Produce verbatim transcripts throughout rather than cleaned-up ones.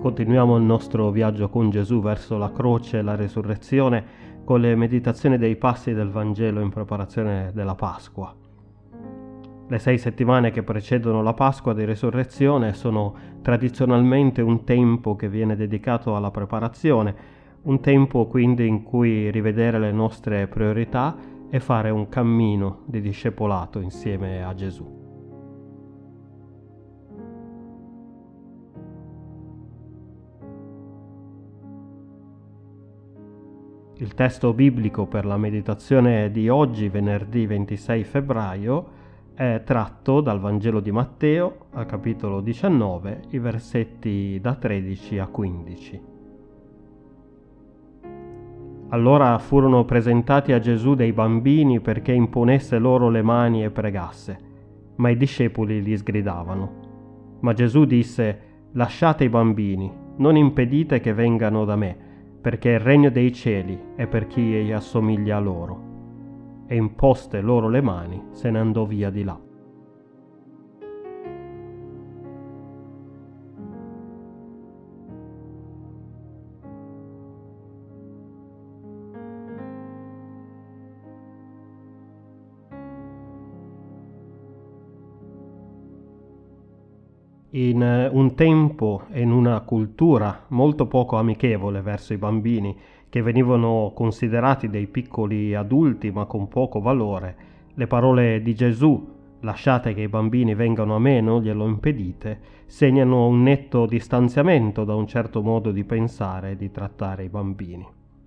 Continuiamo il nostro viaggio con Gesù verso la croce e la resurrezione con le meditazioni dei passi del Vangelo in preparazione della Pasqua. Le sei settimane che precedono la Pasqua di Resurrezione sono tradizionalmente un tempo che viene dedicato alla preparazione, un tempo quindi in cui rivedere le nostre priorità e fare un cammino di discepolato insieme a Gesù. Il testo biblico per la meditazione di oggi, venerdì ventisei febbraio, è tratto dal Vangelo di Matteo, al capitolo diciannove, i versetti da tredici a quindici. Allora furono presentati a Gesù dei bambini perché imponesse loro le mani e pregasse, ma i discepoli gli sgridavano. Ma Gesù disse: «Lasciate i bambini, non impedite che vengano da me, perché il regno dei cieli è per chi assomiglia a loro». E imposte loro le mani, se ne andò via di là. In un tempo e in una cultura molto poco amichevole verso i bambini, che venivano considerati dei piccoli adulti ma con poco valore, le parole di Gesù, lasciate che i bambini vengano a me, non glielo impedite, segnano un netto distanziamento da un certo modo di pensare e di trattare i bambini.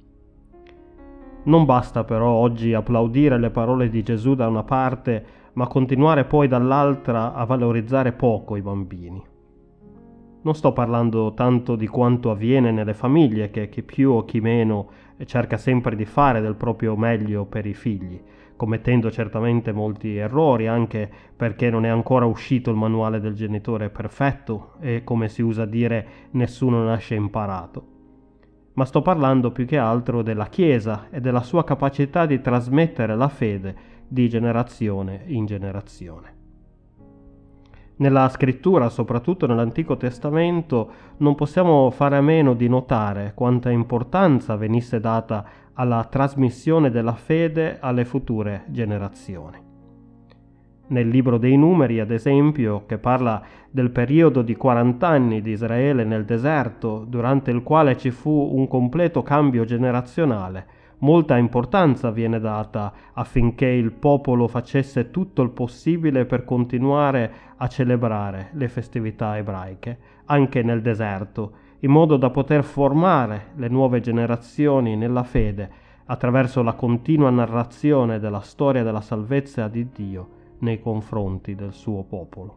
Non basta però oggi applaudire le parole di Gesù da una parte, ma continuare poi dall'altra a valorizzare poco i bambini. Non sto parlando tanto di quanto avviene nelle famiglie, che chi più o chi meno cerca sempre di fare del proprio meglio per i figli, commettendo certamente molti errori, anche perché non è ancora uscito il manuale del genitore perfetto e, come si usa dire, nessuno nasce imparato. Ma sto parlando più che altro della Chiesa e della sua capacità di trasmettere la fede di generazione in generazione. Nella scrittura, soprattutto nell'Antico Testamento, non possiamo fare a meno di notare quanta importanza venisse data alla trasmissione della fede alle future generazioni. Nel libro dei Numeri, ad esempio, che parla del periodo di quaranta anni di Israele nel deserto, durante il quale ci fu un completo cambio generazionale, molta importanza viene data affinché il popolo facesse tutto il possibile per continuare a celebrare le festività ebraiche, anche nel deserto, in modo da poter formare le nuove generazioni nella fede attraverso la continua narrazione della storia della salvezza di Dio nei confronti del suo popolo.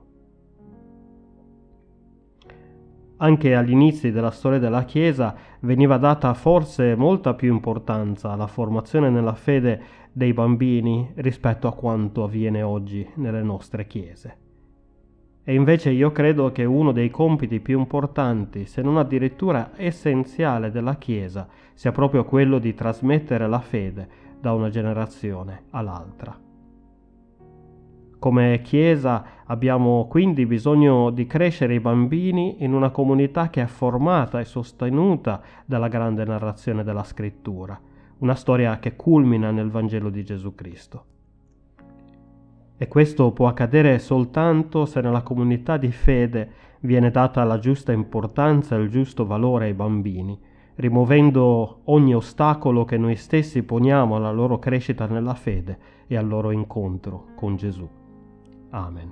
Anche agli inizi della storia della Chiesa veniva data forse molta più importanza alla formazione nella fede dei bambini rispetto a quanto avviene oggi nelle nostre chiese. E invece io credo che uno dei compiti più importanti, se non addirittura essenziale della Chiesa, sia proprio quello di trasmettere la fede da una generazione all'altra. Come Chiesa abbiamo quindi bisogno di crescere i bambini in una comunità che è formata e sostenuta dalla grande narrazione della Scrittura, una storia che culmina nel Vangelo di Gesù Cristo. E questo può accadere soltanto se nella comunità di fede viene data la giusta importanza e il giusto valore ai bambini, rimuovendo ogni ostacolo che noi stessi poniamo alla loro crescita nella fede e al loro incontro con Gesù. Amen.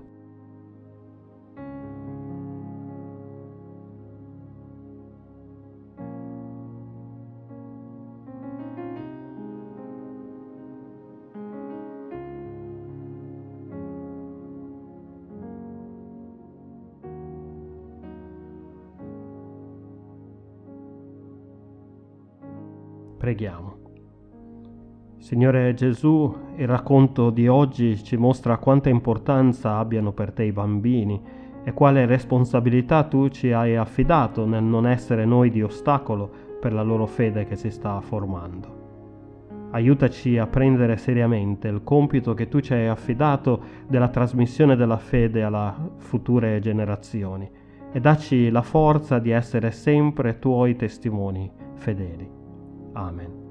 Preghiamo. Signore Gesù, il racconto di oggi ci mostra quanta importanza abbiano per te i bambini e quale responsabilità tu ci hai affidato nel non essere noi di ostacolo per la loro fede che si sta formando. Aiutaci a prendere seriamente il compito che tu ci hai affidato della trasmissione della fede alle future generazioni e dacci la forza di essere sempre tuoi testimoni fedeli. Amen.